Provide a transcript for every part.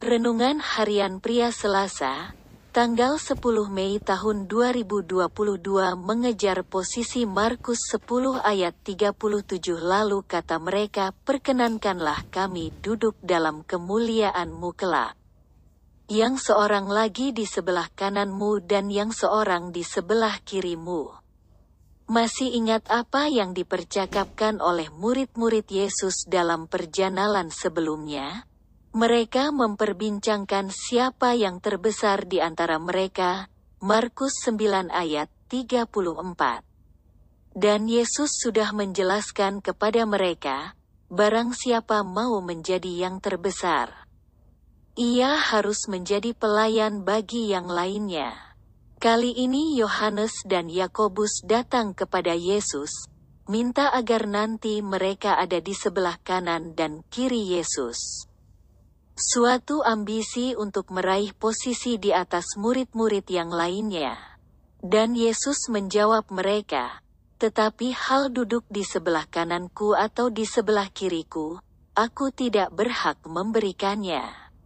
Renungan Harian Pria Selasa, tanggal 10 Mei tahun 2022 mengejar posisi Markus 10 ayat 37. Lalu kata mereka, perkenankanlah kami duduk dalam kemuliaan-Mu kelak. Yang seorang lagi di sebelah kanan-Mu dan yang seorang di sebelah kiri-Mu. Masih ingat apa yang dipercakapkan oleh murid-murid Yesus dalam perjalanan sebelumnya? Mereka memperbincangkan siapa yang terbesar di antara mereka, Markus 9 ayat 34. Dan Yesus sudah menjelaskan kepada mereka, barang siapa mau menjadi yang terbesar, ia harus menjadi pelayan bagi yang lainnya. Kali ini Yohanes dan Yakobus datang kepada Yesus, minta agar nanti mereka ada di sebelah kanan dan kiri Yesus. Suatu ambisi untuk meraih posisi di atas murid-murid yang lainnya. Dan Yesus menjawab mereka, tetapi hal duduk di sebelah kananku atau di sebelah kiriku, aku tidak berhak memberikannya.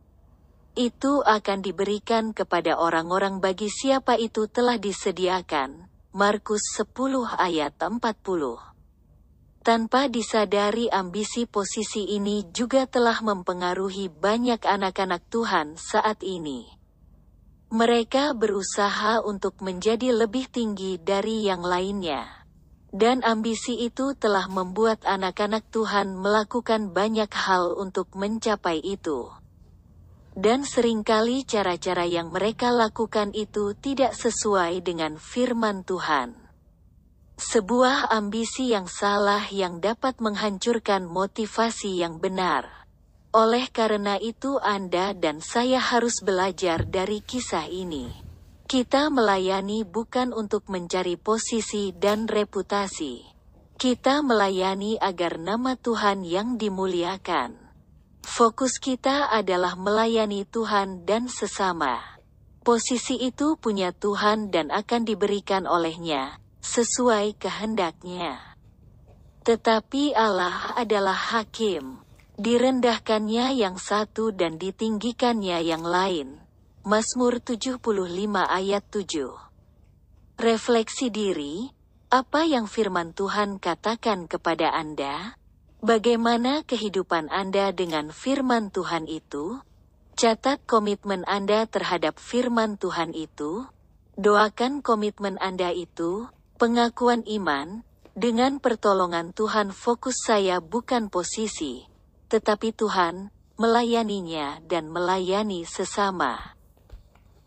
Itu akan diberikan kepada orang-orang bagi siapa itu telah disediakan. Markus 10 ayat 40. Tanpa disadari ambisi posisi ini juga telah mempengaruhi banyak anak-anak Tuhan saat ini. Mereka berusaha untuk menjadi lebih tinggi dari yang lainnya. Dan ambisi itu telah membuat anak-anak Tuhan melakukan banyak hal untuk mencapai itu. Dan seringkali cara-cara yang mereka lakukan itu tidak sesuai dengan firman Tuhan. Sebuah ambisi yang salah yang dapat menghancurkan motivasi yang benar. Oleh karena itu Anda dan saya harus belajar dari kisah ini. Kita melayani bukan untuk mencari posisi dan reputasi. Kita melayani agar nama Tuhan yang dimuliakan. Fokus kita adalah melayani Tuhan dan sesama. Posisi itu punya Tuhan dan akan diberikan oleh-Nya sesuai kehendaknya. Tetapi Allah adalah hakim. Direndahkannya yang satu dan ditinggikannya yang lain. Mazmur 75 ayat 7. Refleksi diri, apa yang firman Tuhan katakan kepada Anda? Bagaimana kehidupan Anda dengan firman Tuhan itu? Catat komitmen Anda terhadap firman Tuhan itu. Doakan komitmen Anda itu. Pengakuan iman, dengan pertolongan Tuhan fokus saya bukan posisi, tetapi Tuhan, melayaninya dan melayani sesama.